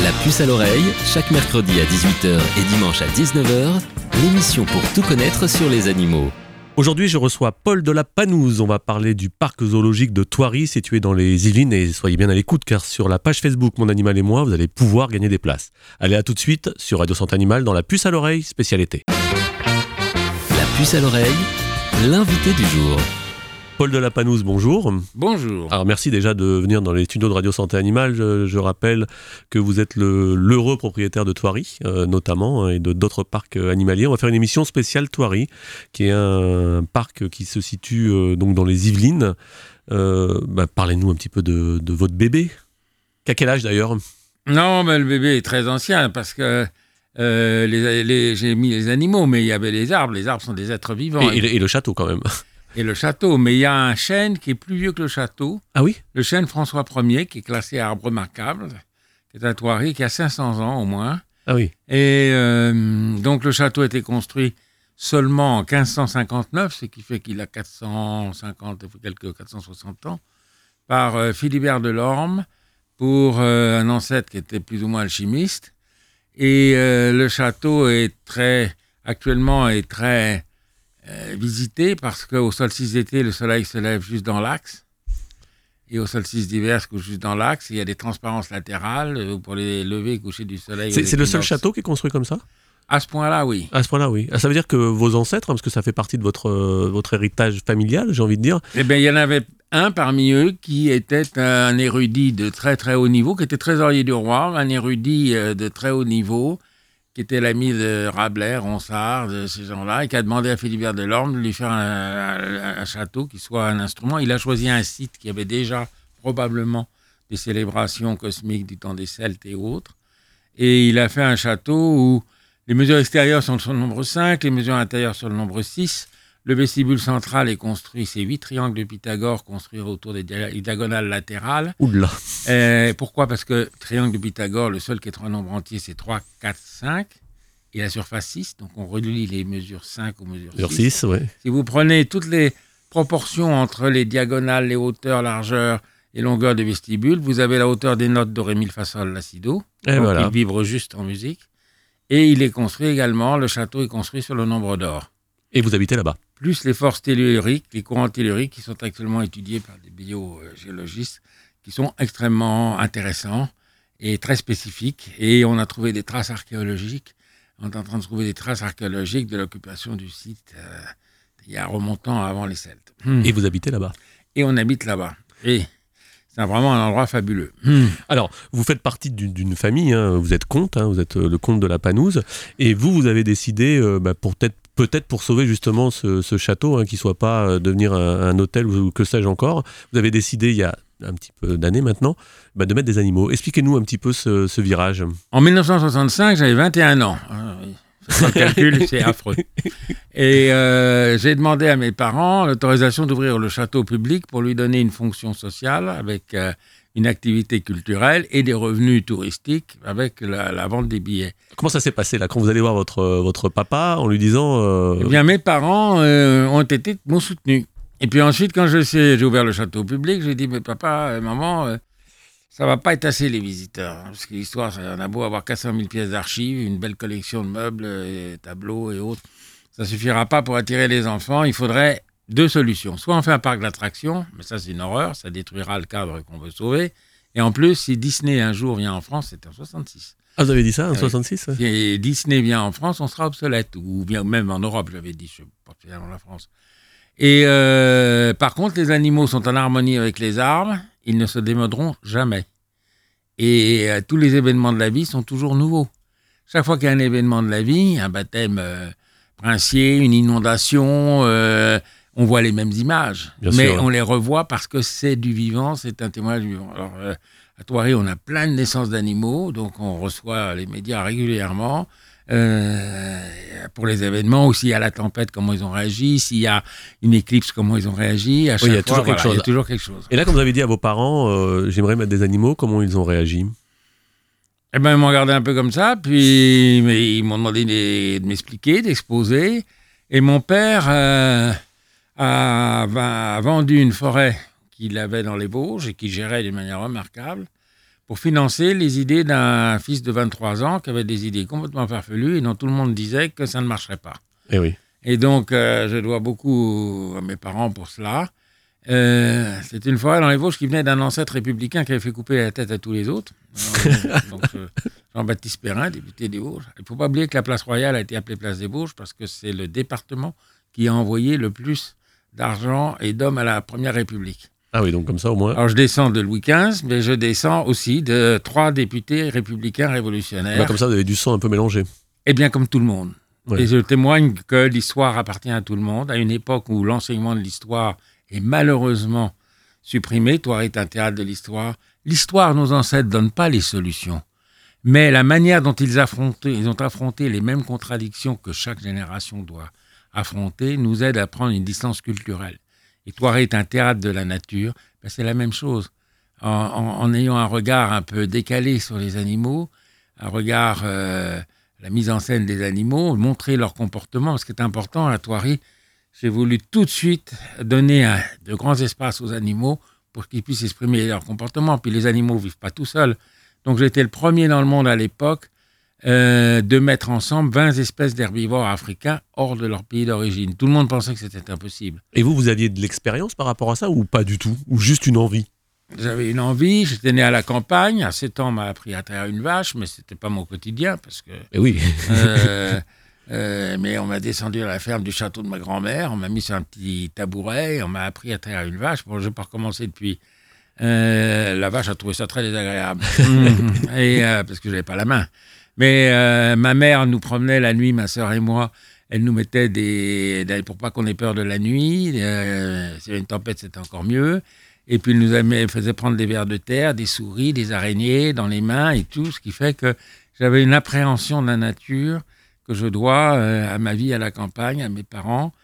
La puce à l'oreille, chaque mercredi à 18h et dimanche à 19h, l'émission pour tout connaître sur les animaux. Aujourd'hui, je reçois Paul de la Panouse. On va parler du parc zoologique de Thoiry, situé dans les Yvelines. Et soyez bien à l'écoute, car sur la page Facebook Mon Animal et moi, vous allez pouvoir gagner des places. Allez, à tout de suite sur Radio Santé Animal dans la puce à l'oreille spécialité. La puce à l'oreille, l'invité du jour. Paul de la Panouse, bonjour. Bonjour. Alors merci déjà de venir dans les studios de Radio Santé Animal. Je rappelle que vous êtes l'heureux propriétaire de Thoiry, notamment, et d'autres parcs animaliers. On va faire une émission spéciale Thoiry, qui est un parc qui se situe donc dans les Yvelines. Parlez-nous un petit peu de votre bébé. Qu'à quel âge d'ailleurs ? Non, mais le bébé est très ancien parce que j'ai mis les animaux, mais il y avait les arbres. Les arbres sont des êtres vivants. Et le château quand même. Et le château, mais il y a un chêne qui est plus vieux que le château. Ah oui ? Le chêne François Ier, qui est classé arbre remarquable, qui est à Thoiry, qui a 500 ans au moins. Ah oui. Et donc le château a été construit seulement en 1559, ce qui fait qu'il a 450, quelques 460 ans, par Philibert Delorme, pour un ancêtre qui était plus ou moins alchimiste. Et le château actuellement est très visité parce qu'au solstice d'été, le soleil se lève juste dans l'axe. Et au solstice d'hiver, se couche juste dans l'axe. Il y a des transparences latérales pour les levées et coucher du soleil. C'est le seul château qui est construit comme ça ? À ce point-là, oui. À ce point-là, oui. Ça veut dire que vos ancêtres, parce que ça fait partie de votre héritage familial, j'ai envie de dire. Eh bien, il y en avait un parmi eux qui était un érudit de très très haut niveau, qui était trésorier du roi, un érudit de très haut niveau, qui était l'ami de Rabelais, Ronsard, de ces gens-là, et qui a demandé à Philibert Delorme de lui faire un château qui soit un instrument. Il a choisi un site qui avait déjà probablement des célébrations cosmiques du temps des Celtes et autres. Et il a fait un château où les mesures extérieures sont sur le nombre 5, les mesures intérieures sur le nombre 6. Le vestibule central est construit, c'est 8 triangles de Pythagore construits autour des diagonales latérales. Oula. Pourquoi ? Parce que triangle de Pythagore, le seul qui est 3 nombres entiers, c'est 3, 4, 5. Et la surface 6, donc on relie les mesures 5 aux mesures 6. 6, ouais. Si vous prenez toutes les proportions entre les diagonales, les hauteurs, largeurs et longueurs de vestibule, vous avez la hauteur des notes do, ré, mi, fa, sol, la, si, do. Et donc voilà. il vibre juste en musique. Et il est construit également, le château est construit sur le nombre d'or. Et vous habitez là-bas ? Plus les forces telluriques, les courants telluriques qui sont actuellement étudiés par des biogéologistes, qui sont extrêmement intéressants et très spécifiques. Et on a trouvé des traces archéologiques. On est en train de trouver des traces archéologiques de l'occupation du site il y a remontant avant les Celtes. Et vous habitez là-bas ? Et on habite là-bas. Et c'est vraiment un endroit fabuleux. Alors, vous faites partie d'une famille, hein, vous êtes comte, hein, vous êtes le comte de la Panouse, et vous avez décidé, peut-être pour sauver justement ce château, hein, qui ne soit pas devenir un hôtel ou que sais-je encore, vous avez décidé il y a un petit peu d'années maintenant, de mettre des animaux. Expliquez-nous un petit peu ce virage. En 1965, j'avais 21 ans. Le calcul, c'est affreux. Et j'ai demandé à mes parents l'autorisation d'ouvrir le château au public pour lui donner une fonction sociale avec une activité culturelle et des revenus touristiques avec la vente des billets. Comment ça s'est passé là, quand vous allez voir votre papa en lui disant... Eh bien, mes parents m'ont soutenu. Et puis ensuite, quand j'ai ouvert le château au public, j'ai dit, mais papa, maman... ça va pas être assez les visiteurs, hein, parce que l'histoire, on a beau avoir 400 000 pièces d'archives, une belle collection de meubles, et tableaux et autres, ça suffira pas pour attirer les enfants. Il faudrait 2 solutions. Soit on fait un parc d'attractions, mais ça c'est une horreur, ça détruira le cadre qu'on veut sauver. Et en plus, si Disney un jour vient en France, c'était en 66. Ah, vous avez dit ça, en 66 ? Ouais. Si Disney vient en France, on sera obsolète, ou bien même en Europe, j'avais dit, je ne sais pas si c'est dans la France. Et par contre, les animaux sont en harmonie avec les arbres, ils ne se démoderont jamais. Et tous les événements de la vie sont toujours nouveaux. Chaque fois qu'il y a un événement de la vie, un baptême princier, une inondation, on voit les mêmes images. Bien mais sûr. On les revoit parce que c'est du vivant, c'est un témoignage du vivant. Alors, à Thoiry, on a plein de naissances d'animaux, donc on reçoit les médias régulièrement. Pour les événements, ou s'il y a la tempête, comment ils ont réagi, s'il y a une éclipse, comment ils ont réagi. À chaque il y a fois, toujours quelque chose. Il y a toujours quelque chose. Et là, quand vous avez dit à vos parents, j'aimerais mettre des animaux, comment ils ont réagi ? Eh ben, ils m'ont regardé un peu comme ça, puis mais ils m'ont demandé de m'expliquer, d'exposer. Et mon père a vendu une forêt qu'il avait dans les Vosges et qu'il gérait d'une manière remarquable pour financer les idées d'un fils de 23 ans qui avait des idées complètement farfelues et dont tout le monde disait que ça ne marcherait pas. Eh oui. Et donc, je dois beaucoup à mes parents pour cela. C'est une forêt dans les Vosges qui venait d'un ancêtre républicain qui avait fait couper la tête à tous les autres. Jean-Baptiste Perrin, député des Vosges. Il ne faut pas oublier que la place Royale a été appelée place des Vosges parce que c'est le département qui a envoyé le plus d'argent et d'hommes à la Première République. Ah oui, donc comme ça au moins. Alors je descends de Louis XV, mais je descends aussi de 3 députés républicains révolutionnaires. Bah, comme ça, vous avez du sang un peu mélangé. Et bien comme tout le monde. Ouais. Et je témoigne que l'histoire appartient à tout le monde, à une époque où l'enseignement de l'histoire est malheureusement supprimé. Thoiry est un théâtre de l'histoire. L'histoire, nos ancêtres ne donnent pas les solutions. Mais la manière dont ils ont affronté les mêmes contradictions que chaque génération doit affronter nous aide à prendre une distance culturelle. Et Thoiry est un théâtre de la nature, ben c'est la même chose. En ayant un regard un peu décalé sur les animaux, un regard, la mise en scène des animaux, montrer leur comportement. Ce qui est important à Thoiry, j'ai voulu tout de suite donner de grands espaces aux animaux pour qu'ils puissent exprimer leur comportement. Puis les animaux ne vivent pas tout seuls. Donc j'étais le premier dans le monde à l'époque de mettre ensemble 20 espèces d'herbivores africains hors de leur pays d'origine. Tout le monde pensait que c'était impossible. Et vous aviez de l'expérience par rapport à ça ou pas du tout? Ou juste une envie? J'avais une envie, j'étais né à la campagne. À 7 ans, on m'a appris à traire une vache, mais ce n'était pas mon quotidien parce que... Et oui. Mais on m'a descendu à la ferme du château de ma grand-mère, on m'a mis sur un petit tabouret, on m'a appris à traire une vache. Bon, je n'ai pas recommencé depuis. La vache a trouvé ça très désagréable, parce que je n'avais pas la main. Mais ma mère nous promenait la nuit, ma sœur et moi. Elle nous mettait pour pas qu'on ait peur de la nuit. S'il y avait une tempête, c'était encore mieux. Et puis, elle faisait prendre des vers de terre, des souris, des araignées dans les mains et tout, ce qui fait que j'avais une appréhension de la nature que je dois à ma vie à la campagne, à mes parents,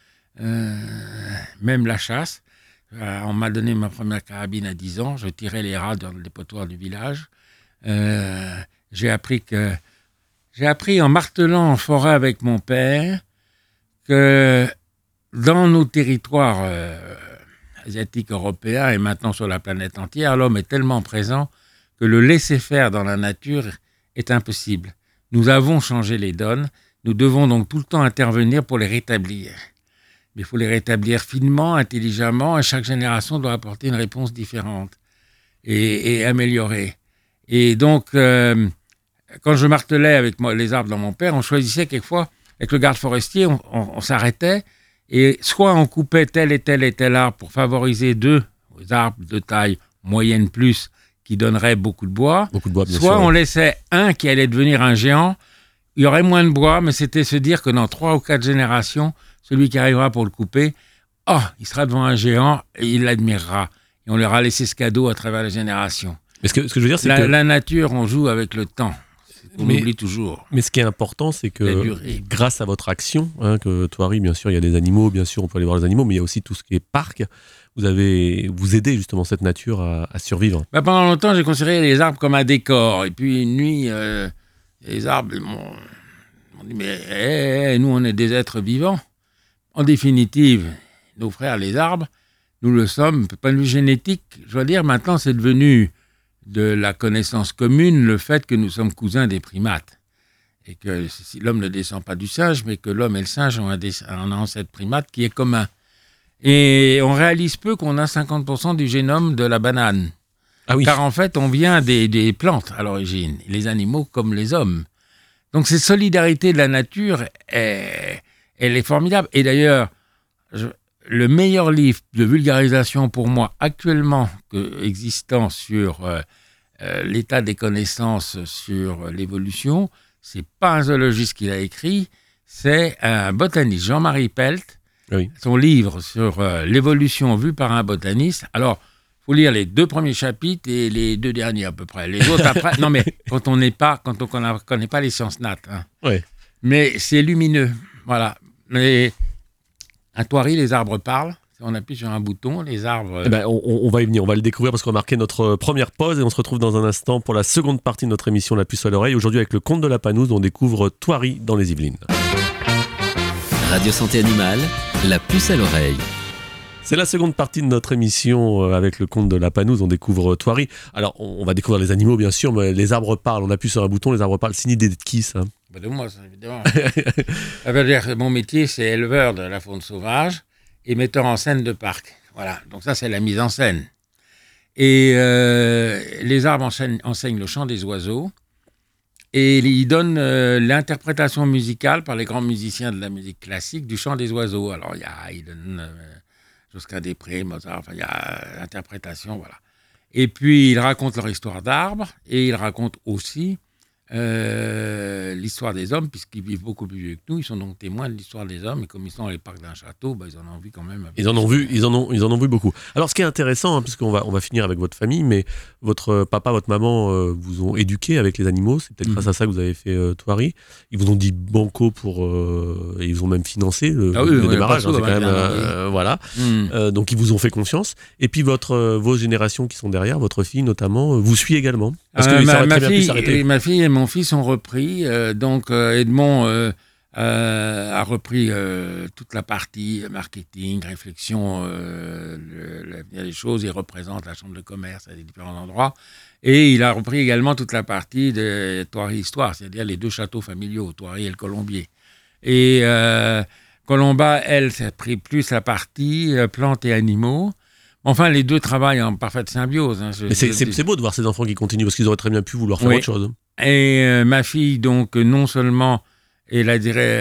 même la chasse. On m'a donné ma première carabine à 10 ans, je tirais les rats dans les potoirs du village. J'ai appris en martelant en forêt avec mon père que dans nos territoires asiatiques, européens et maintenant sur la planète entière, l'homme est tellement présent que le laisser-faire dans la nature est impossible. Nous avons changé les donnes. Nous devons donc tout le temps intervenir pour les rétablir. Mais il faut les rétablir finement, intelligemment, et chaque génération doit apporter une réponse différente et améliorée. Et donc, quand je martelais avec les arbres dans mon père, on choisissait quelquefois, avec le garde forestier, on s'arrêtait, et soit on coupait tel et tel et tel arbre pour favoriser 2 arbres de taille moyenne plus, qui donneraient beaucoup de bois, bien soit sûr, on laissait un qui allait devenir un géant. Il y aurait moins de bois, mais c'était se dire que dans 3 ou 4 générations, celui qui arrivera pour le couper, il sera devant un géant et il l'admirera. Et on leur a laissé ce cadeau à travers les générations. Mais ce que je veux dire, c'est que... La nature, on joue avec le temps. On oublie toujours. Mais ce qui est important, c'est que grâce à votre action, que Thoiry, bien sûr, il y a des animaux, bien sûr, on peut aller voir les animaux, mais il y a aussi tout ce qui est parc. Vous aidez justement cette nature à survivre. Pendant longtemps, j'ai considéré les arbres comme un décor. Et puis une nuit, les arbres m'ont dit, mais nous, on est des êtres vivants. En définitive, nos frères, les arbres, nous le sommes. Point de vue génétique, je dois dire, maintenant, c'est devenu de la connaissance commune le fait que nous sommes cousins des primates. Et que si l'homme ne descend pas du singe, mais que l'homme et le singe ont un ancêtre primate qui est commun. Et on réalise peu qu'on a 50% du génome de la banane. Ah oui. Car en fait, on vient des plantes à l'origine, les animaux comme les hommes. Donc cette solidarité de la nature, elle est formidable. Et d'ailleurs, le meilleur livre de vulgarisation pour moi actuellement existant sur l'état des connaissances sur l'évolution, c'est pas un zoologiste qui l'a écrit, c'est un botaniste, Jean-Marie Pelt. Oui. Son livre sur l'évolution vue par un botaniste. Alors, il faut lire les 2 premiers chapitres et les 2 derniers à peu près. Les autres après... Non, mais quand on ne connaît pas les sciences nat. Oui. Mais c'est lumineux. Voilà. Mais à Thoiry, les arbres parlent. Si on appuie sur un bouton, les arbres... on va y venir, on va le découvrir parce qu'on va marquer notre première pause et on se retrouve dans un instant pour la seconde partie de notre émission La Puce à l'oreille. Aujourd'hui avec le Comte de la Panouse, on découvre Thoiry dans les Yvelines. Radio Santé Animale, La Puce à l'oreille. C'est la seconde partie de notre émission avec le conte de la Panouse. On découvre Thoiry. Alors, on va découvrir les animaux, bien sûr, mais les arbres parlent. On appuie sur un bouton, les arbres parlent. C'est une idée de qui, ça ? De moi, ça, évidemment. Mon métier, c'est éleveur de la faune sauvage et metteur en scène de parc. Voilà, donc ça, c'est la mise en scène. Et les arbres enseignent le chant des oiseaux et ils donnent l'interprétation musicale par les grands musiciens de la musique classique du chant des oiseaux. Alors, il y a Haydn, Josquin des Prés, Mozart, enfin, il y a l'interprétation, voilà. Et puis, ils racontent leur histoire d'arbres et ils racontent aussi l'histoire des hommes, puisqu'ils vivent beaucoup plus vieux que nous. Ils sont donc témoins de l'histoire des hommes, et comme ils sont dans les parcs d'un château, ils en ont vu quand même. Ils en ont vu beaucoup. Alors, ce qui est intéressant, puisqu'on va finir avec votre famille, mais votre papa, votre maman vous ont éduqué avec les animaux. C'est peut-être grâce à ça que vous avez fait Thoiry. Ils vous ont dit banco et ils vous ont même financé le démarrage. C'est quand même voilà. Donc, ils vous ont fait confiance. Et puis, vos générations qui sont derrière, votre fille notamment, vous suit également. Parce que ça aurait très bien pu s'arrêter. Ma fille et mon fils ont repris. Donc, Edmond a repris toute la partie marketing, réflexion, l'avenir des choses. Il représente la chambre de commerce à des différents endroits. Et il a repris également toute la partie de Thoiry Histoire, c'est-à-dire les deux châteaux familiaux, Thoiry et le Colombier. Et Colomba, elle, s'est pris plus la partie plantes et animaux. Enfin, les deux travaillent en parfaite symbiose. Mais c'est beau de voir ces enfants qui continuent, parce qu'ils auraient très bien pu vouloir faire autre chose. Et ma fille, donc, non seulement, elle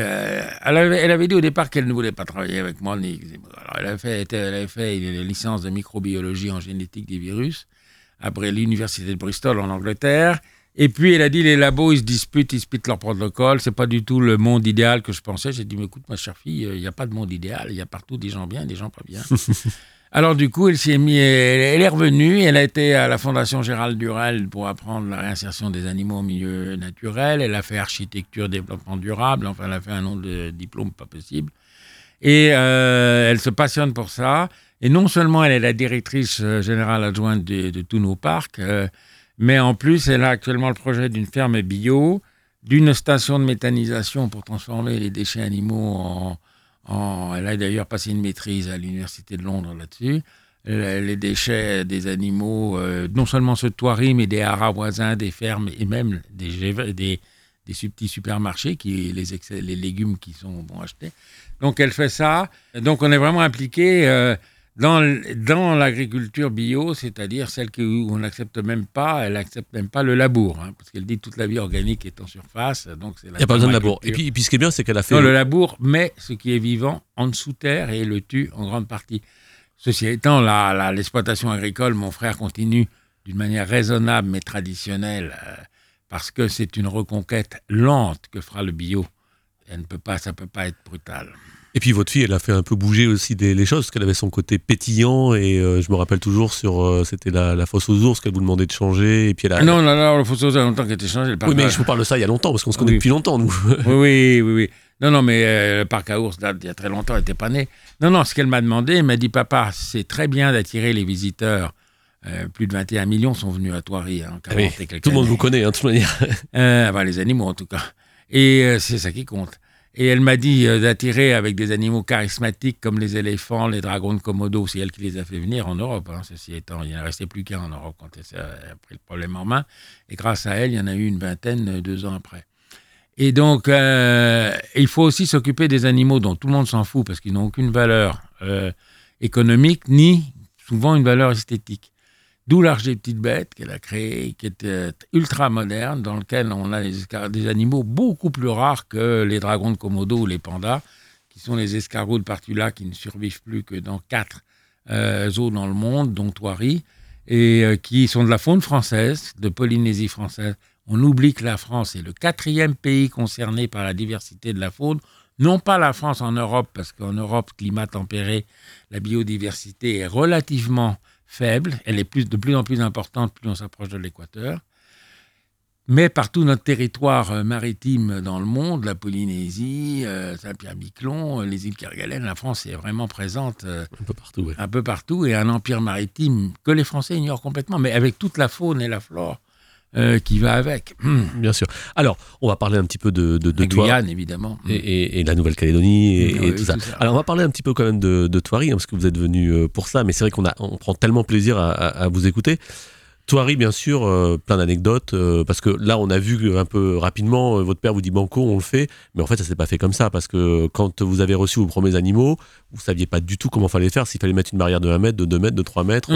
avait dit au départ qu'elle ne voulait pas travailler avec moi. Alors, elle avait fait une licence de microbiologie en génétique des virus après l'université de Bristol en Angleterre. Et puis, elle a dit, les labos, ils se disputent leur protocole. C'est pas du tout le monde idéal que je pensais. J'ai dit, mais écoute, ma chère fille, il n'y a pas de monde idéal. Il y a partout des gens bien et des gens pas bien. Alors du coup, elle est revenue, elle a été à la Fondation Gérald Durel pour apprendre la réinsertion des animaux en milieu naturel, elle a fait architecture, développement durable, enfin elle a fait un nombre de diplômes pas possible. Et elle se passionne pour ça, et non seulement elle est la directrice générale adjointe de tous nos parcs, mais en plus elle a actuellement le projet d'une ferme bio, d'une station de méthanisation pour transformer les déchets animaux elle a d'ailleurs passé une maîtrise à l'Université de Londres là-dessus. Les déchets des animaux, non seulement ceux de Thoiry, mais des haras voisins, des fermes et même des petits supermarchés, les légumes qui sont achetés. Donc elle fait ça. Donc on est vraiment impliqué dans l'agriculture bio, c'est-à-dire celle où on n'accepte même pas, elle n'accepte même pas le labour, parce qu'elle dit que toute la vie organique est en surface, donc c'est il n'y a pas besoin de labour. Et puis ce qui est bien, c'est qu'elle a fait... Non, le labour met ce qui est vivant en dessous terre et le tue en grande partie. Ceci étant, l'exploitation agricole, mon frère continue d'une manière raisonnable mais traditionnelle, parce que c'est une reconquête lente que fera le bio. Ça ne peut pas être brutal. Et puis votre fille, elle a fait un peu bouger aussi les choses, parce qu'elle avait son côté pétillant, et je me rappelle toujours c'était la fosse aux ours qu'elle vous demandait de changer, et puis elle a... Non, la fosse aux ours, il y a longtemps qu'elle était changée. Oui, mais je vous parle de ça il y a longtemps, parce qu'on se connaît depuis longtemps, nous. Oui. Non, mais le parc à ours date il y a très longtemps, elle n'était pas née. Non, ce qu'elle m'a demandé, elle m'a dit, papa, c'est très bien d'attirer les visiteurs. Plus de 21 millions sont venus à Thoiry. Tout le monde vous connaît, de toute manière. Les animaux, en tout cas. Et c'est ça qui compte. Et elle m'a dit d'attirer avec des animaux charismatiques comme les éléphants, les dragons de Komodo. C'est elle qui les a fait venir en Europe. Ceci étant, il n'y en restait plus qu'un en Europe quand elle a pris le problème en main. Et grâce à elle, il y en a eu une vingtaine 2 ans après. Et donc, il faut aussi s'occuper des animaux dont tout le monde s'en fout parce qu'ils n'ont aucune valeur économique ni souvent une valeur esthétique. D'où l'Arche des petites bêtes qu'elle a créée, qui était ultra moderne, dans lequel on a des animaux beaucoup plus rares que les dragons de Komodo ou les pandas, qui sont les escargots de Partula qui ne survivent plus que dans 4 zoos dans le monde, dont Thoiry, et qui sont de la faune française, de Polynésie française. On oublie que la France est le 4e pays concerné par la diversité de la faune. Non pas la France en Europe, parce qu'en Europe, climat tempéré, la biodiversité est relativement faible, elle est de plus en plus importante plus on s'approche de l'équateur, mais partout notre territoire maritime dans le monde, la Polynésie, Saint-Pierre-Miquelon, les îles Kerguelen, la France est vraiment présente un peu partout, et un empire maritime que les Français ignorent complètement, mais avec toute la faune et la flore qui va avec. Bien sûr. Alors, on va parler un petit peu de La toi. Guyane, évidemment. Et la Nouvelle-Calédonie et Oui, tout ça. tout ça. Alors on va parler un petit peu quand même de Thoiry, parce que vous êtes venu pour ça, mais c'est vrai on prend tellement plaisir à vous écouter. Thoiry, bien sûr, plein d'anecdotes, parce que là on a vu un peu rapidement, votre père vous dit banco, on le fait, mais en fait ça s'est pas fait comme ça, parce que quand vous avez reçu vos premiers animaux, vous saviez pas du tout comment fallait faire, s'il fallait mettre une barrière de 1 mètre, de 2 mètres, de 3 mètres.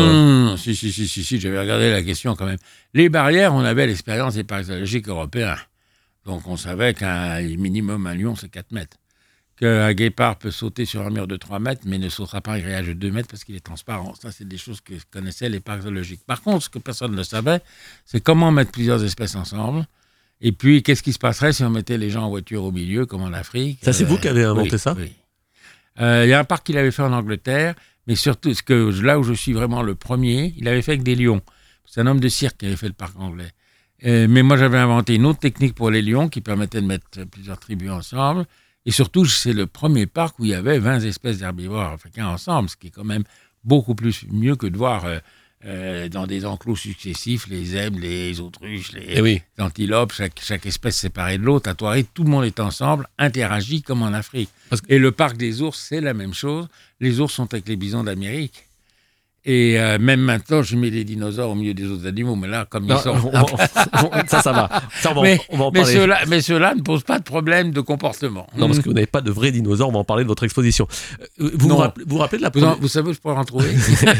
Si, j'avais regardé la question quand même. Les barrières, on avait l'expérience des parcs zoologiques européens. Donc on savait qu'un minimum un lion, c'est 4 mètres. Qu'un guépard peut sauter sur un mur de 3 mètres, mais ne sautera pas un grillage de 2 mètres parce qu'il est transparent. Ça, c'est des choses que connaissaient les parcs zoologiques. Par contre, ce que personne ne savait, c'est comment mettre plusieurs espèces ensemble. Et puis, qu'est-ce qui se passerait si on mettait les gens en voiture au milieu, comme en Afrique. Ça, c'est vous qui avez inventé ça ? Oui. Il y a un parc qu'il avait fait en Angleterre, mais surtout, là où je suis vraiment le premier, il avait fait avec des lions. C'est un homme de cirque qui avait fait le parc anglais. Mais moi, j'avais inventé une autre technique pour les lions qui permettait de mettre plusieurs tribus ensemble. Et surtout, c'est le premier parc où il y avait 20 espèces d'herbivores africains ensemble, ce qui est quand même beaucoup mieux que de voir dans des enclos successifs les zèbres, les autruches, les antilopes, chaque espèce séparée de l'autre. À Thoiry, tout le monde est ensemble, interagit comme en Afrique. Et le parc des ours, c'est la même chose. Les ours sont avec les bisons d'Amérique. Et même maintenant, je mets des dinosaures au milieu des autres animaux, mais là, comme ils sont... Ça va. Ça, on va en parler. Mais ceux-là ne posent pas de problème de comportement. Non, parce que vous n'avez pas de vrais dinosaures, on va en parler de votre exposition. Vous rappelez de la première... Vous savez où je pourrais en trouver?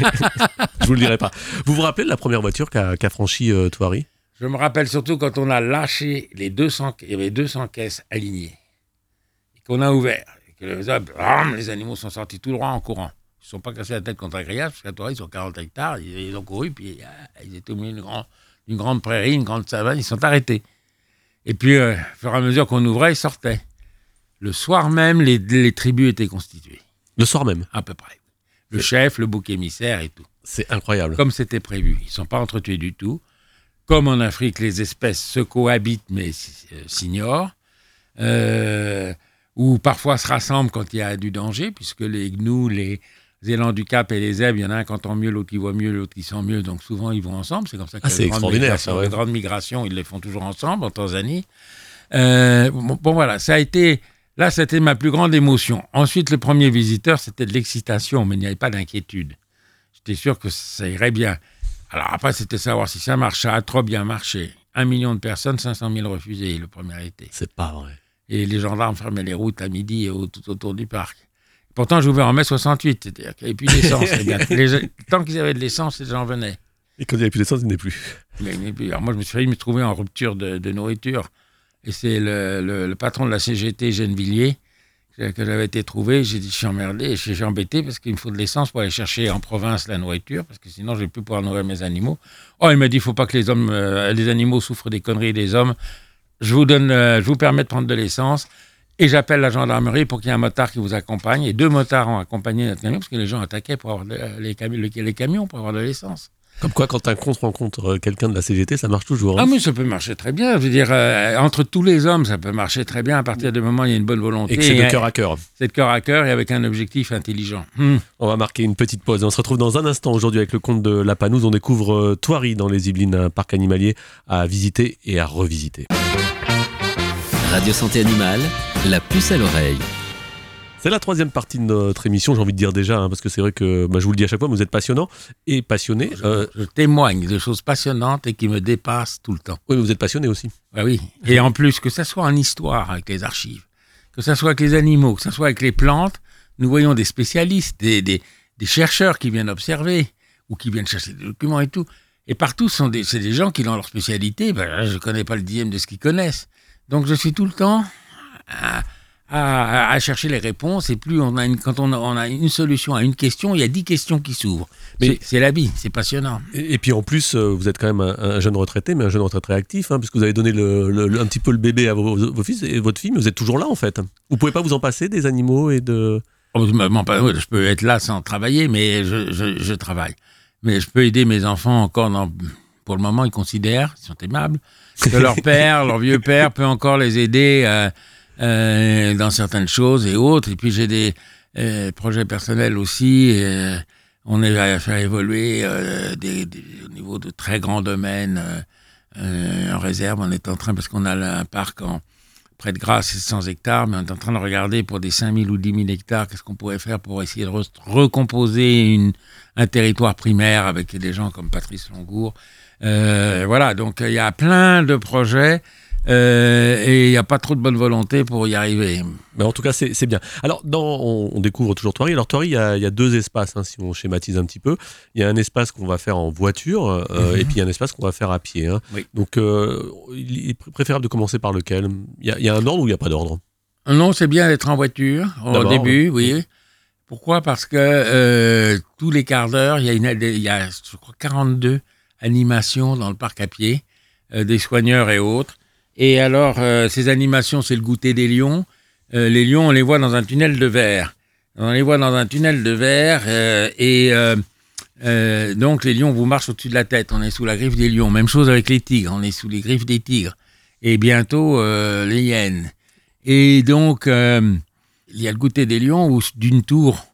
Je vous le dirai pas. Vous vous rappelez de la première voiture qu'a franchi Thoiry? Je me rappelle surtout quand on a lâché les 200... Il y avait 200 caisses alignées. Et qu'on a ouvert. Et que les animaux sont sortis tout droit en courant. Ils ne se sont pas cassés la tête contre un grillage, parce qu'à Thoiry, ils sont 40 hectares, ils ont couru, puis ils étaient au milieu d'une grande prairie, une grande savane, ils sont arrêtés. Et puis, au fur et à mesure qu'on ouvrait, ils sortaient. Le soir même, les tribus étaient constituées. Le soir même? À peu près. Le chef, le bouc émissaire et tout. C'est incroyable. Comme c'était prévu. Ils ne sont pas entretués du tout. Comme en Afrique, les espèces se cohabitent, mais s'ignorent. Ou parfois se rassemblent quand il y a du danger, puisque les gnous, les élans du Cap et les zèbres, il y en a un qui entend mieux, l'autre qui voit mieux, l'autre qui sent mieux, donc souvent ils vont ensemble. C'est comme ça que c'est extraordinaire, ça, ouais. Les grandes migrations, ils les font toujours ensemble en Tanzanie. Voilà, c'était ma plus grande émotion. Ensuite, le premier visiteur, c'était de l'excitation, mais il n'y avait pas d'inquiétude. J'étais sûr que ça irait bien. Alors après, c'était savoir si ça marchait, ça a trop bien marché. 1 million de personnes, 500 000 refusés le premier été. C'est pas vrai. Et les gendarmes fermaient les routes à midi tout autour du parc. Pourtant, j'ai ouvert en mai 68, c'est-à-dire qu'il n'y avait plus d'essence. Tant qu'ils avaient de l'essence, les gens venaient. Et quand il n'y avait plus d'essence, il n'y en avait plus. Alors moi, je me suis failli me trouver en rupture de nourriture. Et c'est le patron de la CGT, Gennevilliers, que j'avais été trouvé. J'ai dit, je suis emmerdé, je suis embêté parce qu'il me faut de l'essence pour aller chercher en province la nourriture, parce que sinon, je ne vais plus pouvoir nourrir mes animaux. Oh, il m'a dit, il ne faut pas que les animaux souffrent des conneries des hommes. Je vous permets de prendre de l'essence. Et j'appelle la gendarmerie pour qu'il y ait un motard qui vous accompagne. Et 2 motards ont accompagné notre camion parce que les gens attaquaient pour avoir les camions pour avoir de l'essence. Comme quoi, quand un con rencontre quelqu'un de la CGT, ça marche toujours. Ah, mais ça peut marcher très bien. Je veux dire, entre tous les hommes, ça peut marcher très bien à partir du moment où il y a une bonne volonté. Et que c'est de cœur à cœur. C'est de cœur à cœur et avec un objectif intelligent. On va marquer une petite pause. Et on se retrouve dans un instant aujourd'hui avec le conte de la Panouse. On découvre Thoiry dans les Yvelines, un parc animalier à visiter et à revisiter. Radio Santé Animale, la puce à l'oreille. C'est la 3e partie de notre émission, j'ai envie de dire déjà, parce que c'est vrai que, je vous le dis à chaque fois, vous êtes passionnant et passionné. Je témoigne de choses passionnantes et qui me dépassent tout le temps. Oui, mais vous êtes passionné aussi. Ah oui, et en plus, que ça soit en histoire avec les archives, que ça soit avec les animaux, que ça soit avec les plantes, nous voyons des spécialistes, des chercheurs qui viennent observer ou qui viennent chercher des documents et tout. Et partout, c'est des gens qui, dans leur spécialité, je ne connais pas le 10e de ce qu'ils connaissent. Donc je suis tout le temps à chercher les réponses, et plus quand on a une solution à une question, il y a 10 questions qui s'ouvrent. Mais c'est la vie, c'est passionnant. Et puis en plus, vous êtes quand même un jeune retraité, mais un jeune retraité actif, puisque vous avez donné un petit peu le bébé à vos fils et votre fille, mais vous êtes toujours là en fait. Vous pouvez pas vous en passer des animaux et de... Je peux être là sans travailler, mais je travaille. Mais je peux aider mes enfants encore pour le moment, ils considèrent, ils sont aimables, que leur père, leur vieux père peut encore les aider dans certaines choses et autres. Et puis j'ai des projets personnels aussi. On est à faire évoluer au niveau de très grands domaines en réserve. On est en train, parce qu'on a un parc près de Grasse, c'est 100 hectares, mais on est en train de regarder pour des 5000 ou 10 000 hectares, qu'est-ce qu'on pourrait faire pour essayer de recomposer un territoire primaire avec des gens comme Patrice Longour. Voilà, donc il y a plein de projets et il n'y a pas trop de bonne volonté pour y arriver. Mais en tout cas, c'est bien. Alors, on découvre toujours Thoiry. Alors, Thoiry, il y a deux espaces, si on schématise un petit peu. Il y a un espace qu'on va faire en voiture et puis il y a un espace qu'on va faire à pied. Oui. Donc, il est préférable de commencer par lequel ? Il y a un ordre ou il n'y a pas d'ordre ? Non, c'est bien d'être en voiture au début, oui. Pourquoi ? Parce que tous les quarts d'heure, il y a, je crois, 42 animations dans le parc à pied, des soigneurs et autres. Et alors, ces animations, c'est le goûter des lions. Les lions, on les voit dans un tunnel de verre. Donc les lions vous marchent au-dessus de la tête. On est sous la griffe des lions. Même chose avec les tigres. On est sous les griffes des tigres. Et bientôt, les hyènes. Et donc, il y a le goûter des lions où, d'une tour,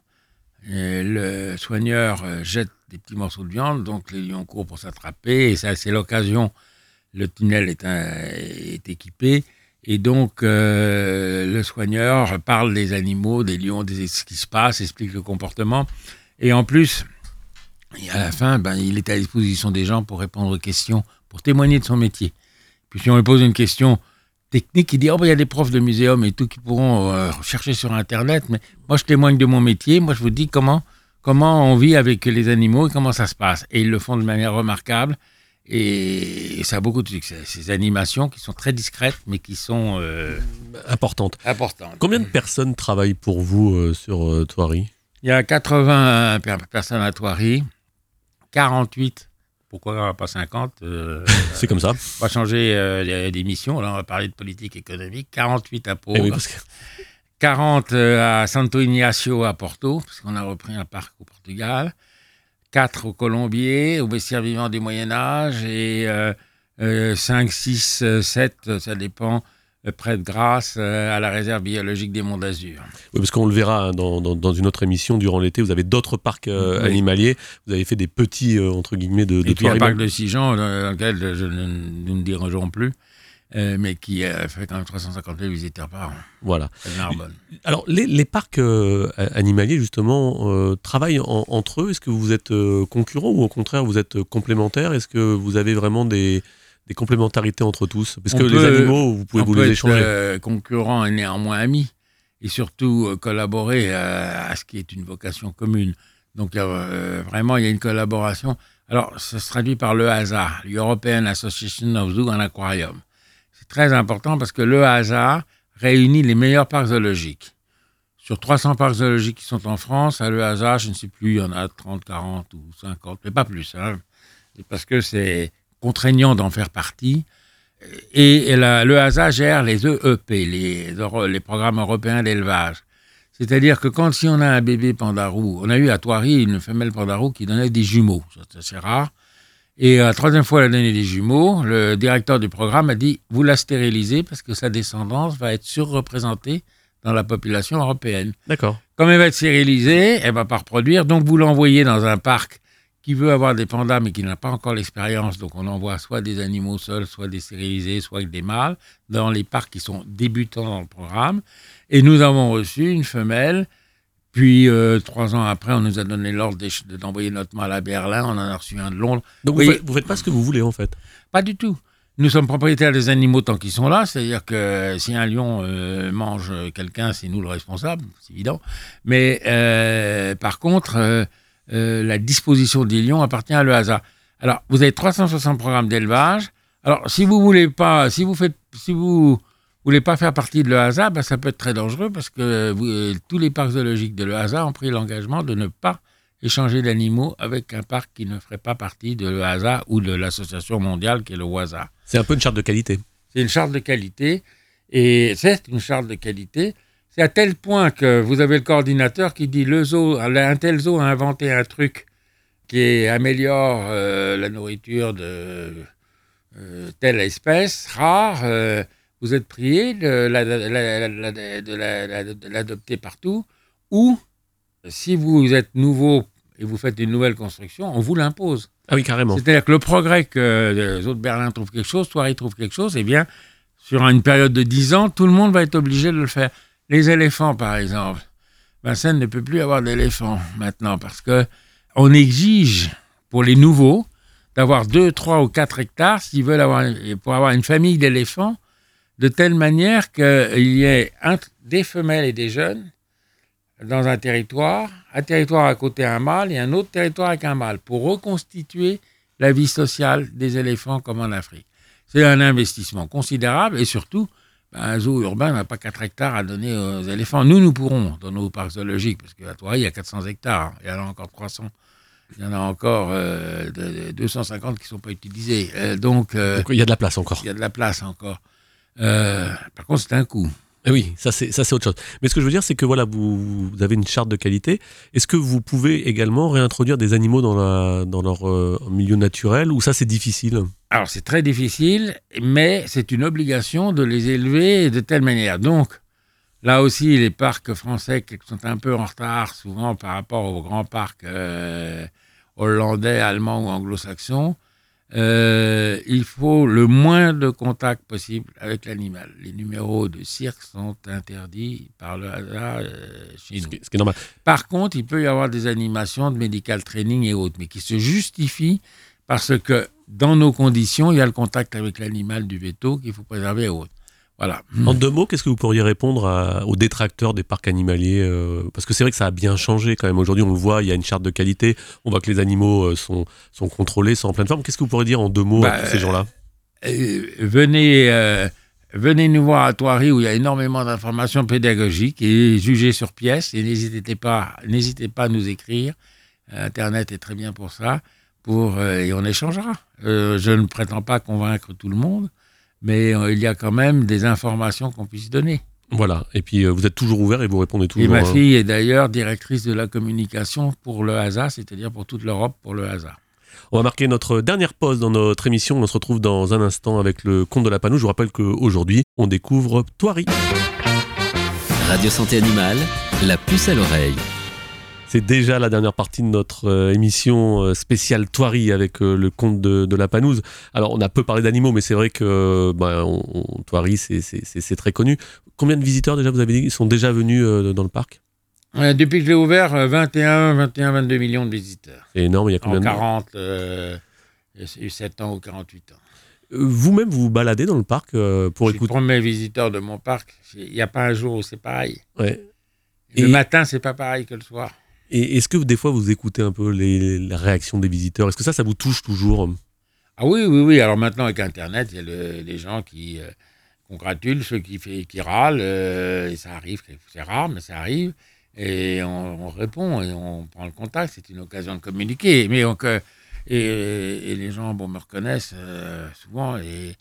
le soigneur jette des petits morceaux de viande. Donc les lions courent pour s'attraper. Et ça, c'est l'occasion. Le tunnel est équipé et donc le soigneur parle des animaux, des lions, de ce qui se passe, explique le comportement. Et en plus, à la fin, il est à disposition des gens pour répondre aux questions, pour témoigner de son métier. Puis si on lui pose une question technique, il dit il y a des profs de muséum et tout qui pourront chercher sur Internet, mais moi je témoigne de mon métier, moi je vous dis comment on vit avec les animaux et comment ça se passe. Et ils le font de manière remarquable. Et ça a beaucoup de succès. Ces animations qui sont très discrètes, mais qui sont importantes. Combien de personnes travaillent pour vous sur Thoiry ? Il y a 80 personnes à Thoiry, 48. Pourquoi pas 50 C'est comme ça. On va changer d'émission. Là, on va parler de politique économique. 48 à Pau. Oui, 40 à Santo Ignacio à Porto, parce qu'on a repris un parc au Portugal. 4 au Colombier, au vestiaire vivant du Moyen-Âge, et 5, 6, 7, ça dépend, près de Grasse, à la réserve biologique des Monts d'Azur. Oui, parce qu'on le verra dans une autre émission durant l'été, vous avez d'autres parcs animaliers, vous avez fait des petits, entre guillemets, de Thoiry. Et puis un parc de Sigean, dans lequel nous ne dirigeons plus, mais qui fait quand même 350 000 visiteurs par an. Voilà. Narbonne. Alors, les parcs animaliers, justement, travaillent entre eux. Est-ce que vous êtes concurrents ou au contraire, vous êtes complémentaires ? Est-ce que vous avez vraiment des complémentarités entre tous ? Parce que les animaux, vous pouvez vous les échanger. On peut être concurrents et néanmoins amis. Et surtout collaborer à ce qui est une vocation commune. Donc, vraiment, il y a une collaboration. Alors, ça se traduit par le HAZA, l'European Association of Zoo and Aquarium. C'est très important parce que le HAZA réunit les meilleurs parcs zoologiques. Sur 300 parcs zoologiques qui sont en France, à le HAZA, je ne sais plus, il y en a 30, 40 ou 50, mais pas plus. Parce que c'est contraignant d'en faire partie. Et le HAZA gère les EEP, les programmes européens d'élevage. C'est-à-dire que si on a un bébé pandarou, on a eu à Thoiry une femelle pandarou qui donnait des jumeaux, c'est assez rare. Et la troisième fois, elle a donné des jumeaux. Le directeur du programme a dit « Vous la stérilisez parce que sa descendance va être surreprésentée dans la population européenne. » D'accord. Comme elle va être stérilisée, elle ne va pas reproduire. Donc, vous l'envoyez dans un parc qui veut avoir des pandas mais qui n'a pas encore l'expérience. Donc, on envoie soit des animaux seuls, soit des stérilisés, soit avec des mâles, dans les parcs qui sont débutants dans le programme. Et nous avons reçu une femelle. Puis, 3 ans après, on nous a donné l'ordre d'envoyer notre mâle à Berlin. On en a reçu un de Londres. Donc, vous faites pas ce que vous voulez, en fait ? Pas du tout. Nous sommes propriétaires des animaux tant qu'ils sont là. C'est-à-dire que si un lion mange quelqu'un, c'est nous le responsable. C'est évident. Mais, par contre, la disposition des lions appartient à l'EASA. Alors, vous avez 360 programmes d'élevage. Alors, si vous voulez pas faire partie de l'EASA, ça peut être très dangereux parce que tous les parcs zoologiques de l'EASA ont pris l'engagement de ne pas échanger d'animaux avec un parc qui ne ferait pas partie de l'EASA ou de l'association mondiale qui est le OASA. C'est un peu une charte de qualité. C'est une charte de qualité et c'est une charte de qualité. C'est à tel point que vous avez le coordinateur qui dit un tel zoo a inventé un truc qui améliore la nourriture de telle espèce rare. Vous êtes prié de l'adopter partout, ou si vous êtes nouveau et vous faites une nouvelle construction, on vous l'impose. Ah oui, carrément. C'est-à-dire que le progrès que les autres Berlin trouvent quelque chose, Thoiry trouve quelque chose, eh bien, sur une période de 10 ans, tout le monde va être obligé de le faire. Les éléphants, par exemple. Vincennes ne peut plus avoir d'éléphants maintenant parce qu'on exige pour les nouveaux d'avoir 2, 3 ou 4 hectares s'ils veulent pour avoir une famille d'éléphants de telle manière qu'il y ait des femelles et des jeunes dans un territoire à côté un mâle et un autre territoire avec un mâle pour reconstituer la vie sociale des éléphants comme en Afrique. C'est un investissement considérable et surtout, un zoo urbain n'a pas 4 hectares à donner aux éléphants. Nous pourrons dans nos parcs zoologiques, parce qu'à Thoiry, il y a 400 hectares, il y en a encore 300. Il y en a encore 250 qui ne sont pas utilisés. Donc, il y a de la place encore. Il y a de la place encore. Par contre, c'est un coût. Oui, ça c'est autre chose. Mais ce que je veux dire, c'est que voilà, vous avez une charte de qualité. Est-ce que vous pouvez également réintroduire des animaux dans leur milieu naturel, ou ça c'est difficile ? Alors c'est très difficile, mais c'est une obligation de les élever de telle manière. Donc, là aussi, les parcs français qui sont un peu en retard, souvent par rapport aux grands parcs hollandais, allemands ou anglo-saxons, il faut le moins de contact possible avec l'animal. Les numéros de cirque sont interdits par le hasard chez nous. Ce qui est normal. Par contre, il peut y avoir des animations de medical training et autres, mais qui se justifient parce que dans nos conditions, il y a le contact avec l'animal du veto qu'il faut préserver et autres. Voilà. En 2 mots, qu'est-ce que vous pourriez répondre aux détracteurs des parcs animaliers parce que c'est vrai que ça a bien changé quand même. Aujourd'hui, on le voit, il y a une charte de qualité. On voit que les animaux sont contrôlés, sont en pleine forme. Qu'est-ce que vous pourriez dire en 2 mots à tous ces gens-là ? Venez nous voir à Thoiry où il y a énormément d'informations pédagogiques et jugez sur pièce. Et n'hésitez pas à nous écrire. Internet est très bien pour ça. Et on échangera. Je ne prétends pas convaincre tout le monde. Mais il y a quand même des informations qu'on puisse donner. Voilà, et puis vous êtes toujours ouvert et vous répondez toujours. Et ma fille est d'ailleurs directrice de la communication pour le HASA, c'est-à-dire pour toute l'Europe, pour le HASA. On va marquer notre dernière pause dans notre émission. On se retrouve dans un instant avec le Conte de la Panou. Je vous rappelle qu'aujourd'hui, on découvre Thoiry. Radio Santé Animale, la puce à l'oreille. C'est déjà la dernière partie de notre émission spéciale Thoiry avec le Conte de la Panouse. Alors, on a peu parlé d'animaux, mais c'est vrai que Thoiry, c'est très connu. Combien de visiteurs déjà, vous avez dit, sont déjà venus dans le parc ? Depuis que je l'ai ouvert, 22 millions de visiteurs. C'est énorme, il y a combien de... 47 ans ou 48 ans. Vous-même, vous vous baladez dans le parc pour écouter... Je prends mes visiteurs de mon parc. Il n'y a pas un jour où c'est pareil. Ouais. Le matin, c'est pas pareil que le soir. Et est-ce que des fois vous écoutez un peu les réactions des visiteurs ? Est-ce que ça vous touche toujours ? Ah oui. Alors maintenant avec Internet, il y a les gens qui congratulent, ceux qui râlent. Et ça arrive, c'est rare, mais ça arrive. Et on répond et on prend le contact. C'est une occasion de communiquer. Mais et les gens me reconnaissent souvent.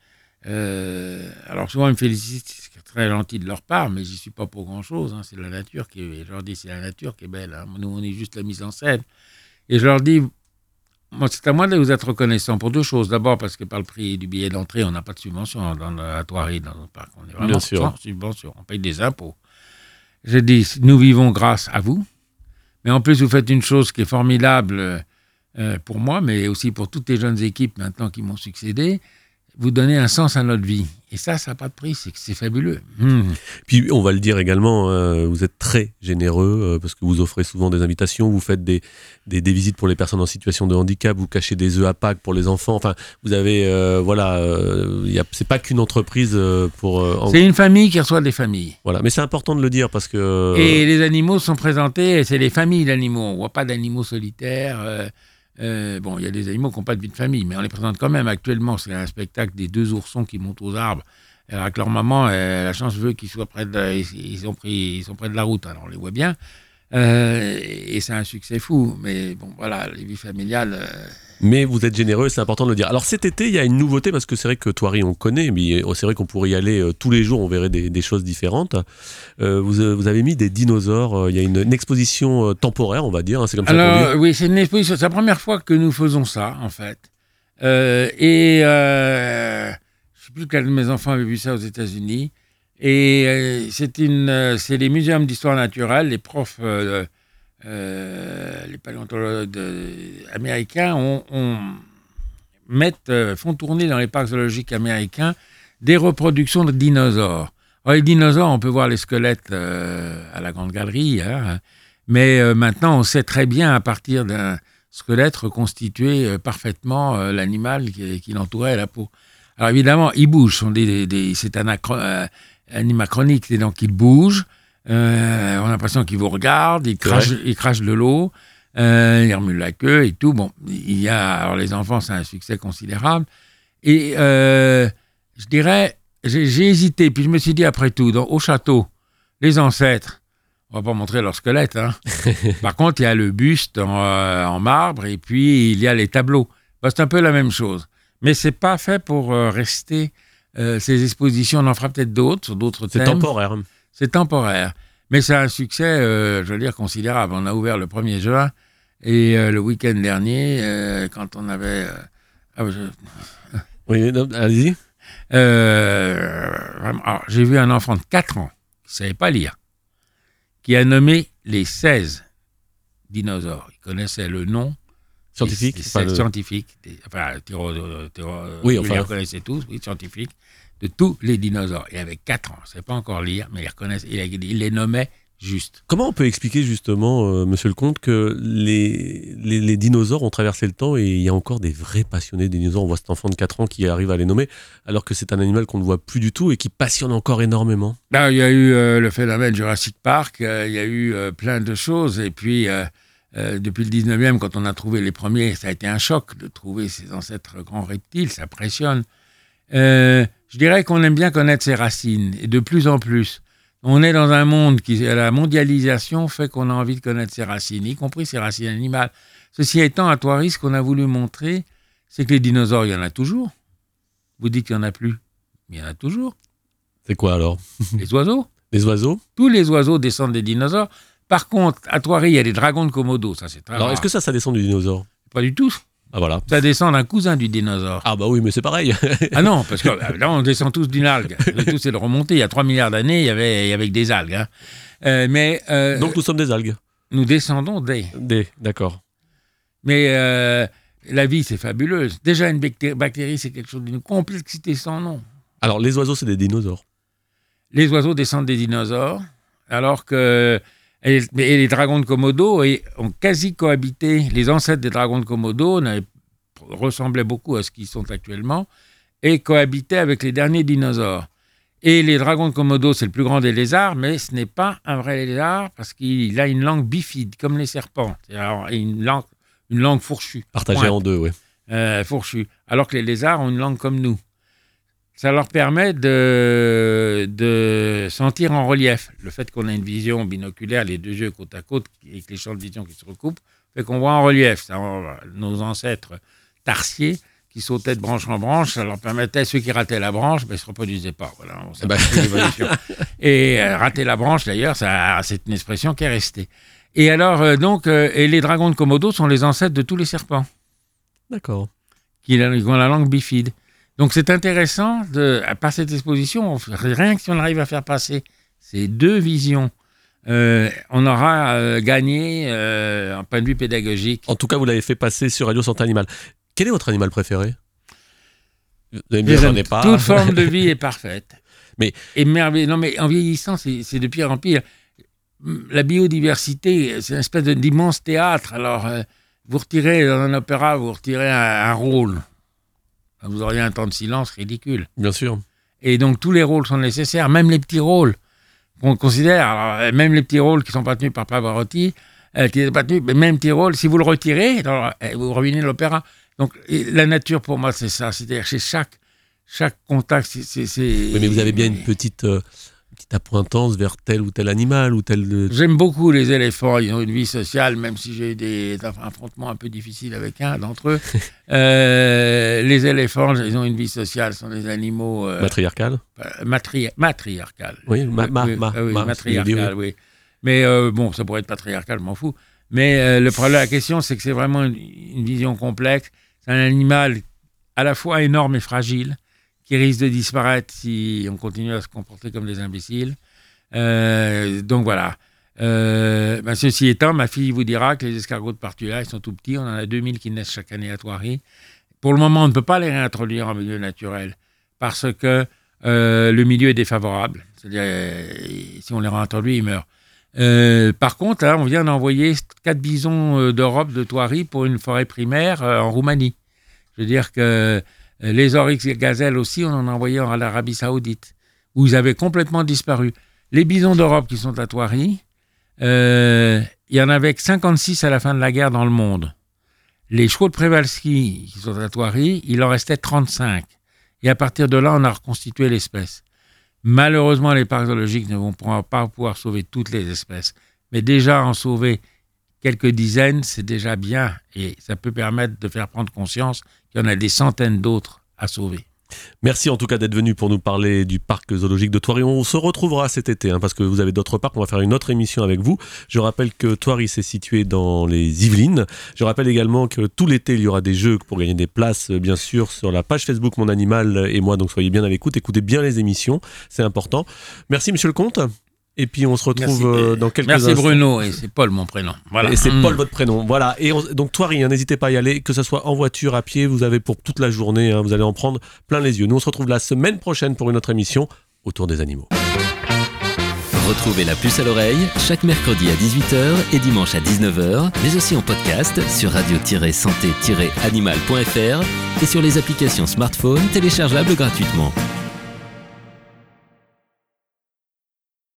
Alors souvent ils me félicitent, c'est très gentil de leur part, mais j'y suis pas pour grand chose. C'est la nature je leur dis c'est la nature qui est belle. Nous on est juste la mise en scène. Et je leur dis, moi c'est à moi de vous être reconnaissant pour 2 choses. D'abord parce que par le prix du billet d'entrée, on n'a pas de subvention à Thoiry dans notre parc. On est vraiment sans subvention. On paye des impôts. Je dis, nous vivons grâce à vous, mais en plus vous faites une chose qui est formidable pour moi, mais aussi pour toutes les jeunes équipes maintenant qui m'ont succédé. Vous donnez un sens à notre vie. Et ça n'a pas de prix, c'est fabuleux. Puis on va le dire également, vous êtes très généreux parce que vous offrez souvent des invitations, vous faites des visites pour les personnes en situation de handicap, vous cachez des œufs à Pâques pour les enfants. Enfin, vous avez, c'est pas qu'une entreprise pour... C'est une famille qui reçoit des familles. Voilà, mais c'est important de le dire parce que... Et les animaux sont présentés, c'est les familles d'animaux. On ne voit pas d'animaux solitaires... il y a des animaux qui n'ont pas de vie de famille, mais on les présente quand même. Actuellement, c'est un spectacle des 2 oursons qui montent aux arbres. Avec leur maman, la chance veut qu'ils soient ils sont près de la route, alors on les voit bien. Et c'est un succès fou. Mais bon, voilà, les vies familiales... Mais vous êtes généreux, c'est important de le dire. Alors cet été, il y a une nouveauté, parce que c'est vrai que Thoiry, on connaît, mais c'est vrai qu'on pourrait y aller tous les jours, on verrait des choses différentes. Vous avez mis des dinosaures, il y a une exposition temporaire, on va dire, c'est comme ça qu'on dit. Oui, c'est une exposition, c'est la première fois que nous faisons ça, en fait. Je ne sais plus quel de mes enfants avait vu ça aux États-Unis. Et c'est les muséums d'histoire naturelle, les profs les paléontologues américains font tourner dans les parcs zoologiques américains des reproductions de dinosaures. Alors, les dinosaures, on peut voir les squelettes à la Grande Galerie, hein, mais maintenant, on sait très bien, à partir d'un squelette, reconstituer parfaitement l'animal qui l'entourait à la peau. Alors évidemment, ils bougent, c'est un animacronique, donc ils bougent, on a l'impression qu'ils vous regardent, ils crachent de l'eau, ils remuent la queue et tout. Bon, alors les enfants, c'est un succès considérable. Et je dirais, j'ai hésité, puis je me suis dit, après tout, au château, les ancêtres, on va pas montrer leur squelette, hein. Par contre, il y a le buste en marbre, et puis il y a les tableaux. C'est un peu la même chose. Mais c'est pas fait pour rester. Ces expositions, on en fera peut-être d'autres, sur d'autres thèmes. C'est temporaire. C'est temporaire. Mais c'est un succès, je veux dire, considérable. On a ouvert le 1er juin, et le week-end dernier, quand on avait... Oui, allez-y. Alors, j'ai vu un enfant de 4 ans qui ne savait pas lire, qui a nommé les 16 dinosaures. Il connaissait le nom scientifique, scientifiques, oui, ils les reconnaissaient tous, oui, scientifiques, de tous les dinosaures. Il avait 4 ans, il ne savait pas encore lire, mais il les nommait juste. Comment on peut expliquer justement, monsieur le comte, que les dinosaures ont traversé le temps et il y a encore des vrais passionnés des dinosaures? On voit cet enfant de 4 ans qui arrive à les nommer, alors que c'est un animal qu'on ne voit plus du tout et qui passionne encore énormément. Il y a eu le phénomène Jurassic Park, il y a eu plein de choses, et puis depuis le 19e, quand on a trouvé les premiers, ça a été un choc de trouver ces ancêtres grands reptiles, ça impressionne. Je dirais qu'on aime bien connaître ses racines, et de plus en plus. On est dans un monde la mondialisation fait qu'on a envie de connaître ses racines, y compris ses racines animales. Ceci étant, à Thoiry, ce qu'on a voulu montrer, c'est que les dinosaures, il y en a toujours. Vous dites qu'il n'y en a plus, mais il y en a toujours. C'est quoi alors? Les oiseaux. Les oiseaux? Tous les oiseaux descendent des dinosaures. Par contre, à Thoiry, il y a les dragons de Komodo, ça c'est très rare. Alors, est-ce que ça descend du dinosaure? Pas du tout. Ah voilà. Ça descend d'un cousin du dinosaure. Ah bah oui, mais c'est pareil. Ah non, parce que là, on descend tous d'une algue. Le tout, c'est de remonter. Il y a 3 milliards d'années, il y avait que des algues. Hein. Donc nous sommes des algues. Nous descendons D'accord. Mais la vie, c'est fabuleuse. Déjà, une bactérie, c'est quelque chose d'une complexité sans nom. Alors, les oiseaux, c'est des dinosaures. Les oiseaux descendent des dinosaures, alors que... Et les dragons de Komodo ont quasi cohabité. Les ancêtres des dragons de Komodo ressemblaient beaucoup à ce qu'ils sont actuellement et cohabitaient avec les derniers dinosaures. Et les dragons de Komodo, c'est le plus grand des lézards, mais ce n'est pas un vrai lézard parce qu'il a une langue bifide, comme les serpents. C'est-à-dire une langue fourchue. Partagée en deux, oui. Fourchue. Alors que les lézards ont une langue comme nous. Ça leur permet de sentir en relief. Le fait qu'on ait une vision binoculaire, les deux yeux côte à côte, et que les champs de vision qui se recoupent, fait qu'on voit en relief. Nos ancêtres tarsiers, qui sautaient de branche en branche, ça leur permettait, ceux qui rataient la branche, ils ne se reproduisaient pas. Voilà, l'évolution. Et rater la branche, d'ailleurs, c'est une expression qui est restée. Et alors, et les dragons de Komodo sont les ancêtres de tous les serpents. D'accord. Qui ont la langue bifide. Donc c'est intéressant, par cette exposition, rien que si on arrive à faire passer ces deux visions, on aura gagné un point de vue pédagogique. En tout cas, vous l'avez fait passer sur Radio Santé Animale. Quel est votre animal préféré? Vous allez me dire, j'en ai pas. Toute forme de vie est parfaite. Mais non, mais en vieillissant, c'est de pire en pire. La biodiversité, c'est une espèce d'immense théâtre. Alors, vous retirez dans un opéra, vous retirez un rôle. Vous auriez un temps de silence ridicule. Bien sûr. Et donc, tous les rôles sont nécessaires, même les petits rôles qu'on considère, alors, même les petits rôles qui ne sont pas tenus par Pavarotti, qui ne sont pas tenus, mais même petits rôles, si vous le retirez, alors, vous ruinez l'opéra. Donc, la nature, pour moi, c'est ça. C'est-à-dire, chez chaque contact, c'est... Oui, mais vous avez bien une petite appointance vers tel ou tel animal ou tel... J'aime beaucoup les éléphants. Ils ont une vie sociale, même si j'ai eu des affrontements un peu difficiles avec un d'entre eux. Les éléphants, ils ont une vie sociale. Ce sont des animaux... matriarcales. Matriarcales. Oui, matriarcales, oui. Mais bon, ça pourrait être patriarcal, je m'en fous. Mais le problème, la question, c'est que c'est vraiment une vision complexe. C'est un animal à la fois énorme et fragile, qui risque de disparaître si on continue à se comporter comme des imbéciles. Donc voilà. Ceci étant, ma fille vous dira que les escargots de Partula, ils sont tout petits. On en a 2000 qui naissent chaque année à Thoiry. Pour le moment, on ne peut pas les réintroduire en milieu naturel parce que le milieu est défavorable. C'est-à-dire, si on les réintroduit, ils meurent. Par contre, là, on vient d'envoyer 4 bisons d'Europe, de Thoiry, pour une forêt primaire en Roumanie. Je veux dire que les oryx et gazelles aussi, on en a envoyé en Arabie Saoudite, où ils avaient complètement disparu. Les bisons d'Europe qui sont à Thoiry, il y en avait que 56 à la fin de la guerre dans le monde. Les chevaux de Przewalski qui sont à Thoiry, il en restait 35. Et à partir de là, on a reconstitué l'espèce. Malheureusement, les parcs zoologiques ne vont pas pouvoir sauver toutes les espèces. Mais déjà, en sauver quelques dizaines, c'est déjà bien. Et ça peut permettre de faire prendre conscience qu'il y en a des centaines d'autres à sauver. Merci en tout cas d'être venu pour nous parler du parc zoologique de Thoiry. On se retrouvera cet été parce que vous avez d'autres parcs. On va faire une autre émission avec vous. Je rappelle que Thoiry c'est situé dans les Yvelines. Je rappelle également que tout l'été il y aura des jeux pour gagner des places bien sûr sur la page Facebook Mon Animal et moi. Donc soyez bien à l'écoute, écoutez bien les émissions, c'est important. Merci Monsieur le Comte. Et puis on se retrouve dans quelques instants. Merci Bruno, et c'est Paul mon prénom. Voilà. Et c'est Paul votre prénom. Voilà. Et donc Thoiry, n'hésitez pas à y aller, que ce soit en voiture, à pied, vous avez pour toute la journée, vous allez en prendre plein les yeux. Nous on se retrouve la semaine prochaine pour une autre émission autour des animaux. Retrouvez la puce à l'oreille chaque mercredi à 18h et dimanche à 19h, mais aussi en podcast sur radio-santé-animal.fr et sur les applications smartphone téléchargeables gratuitement.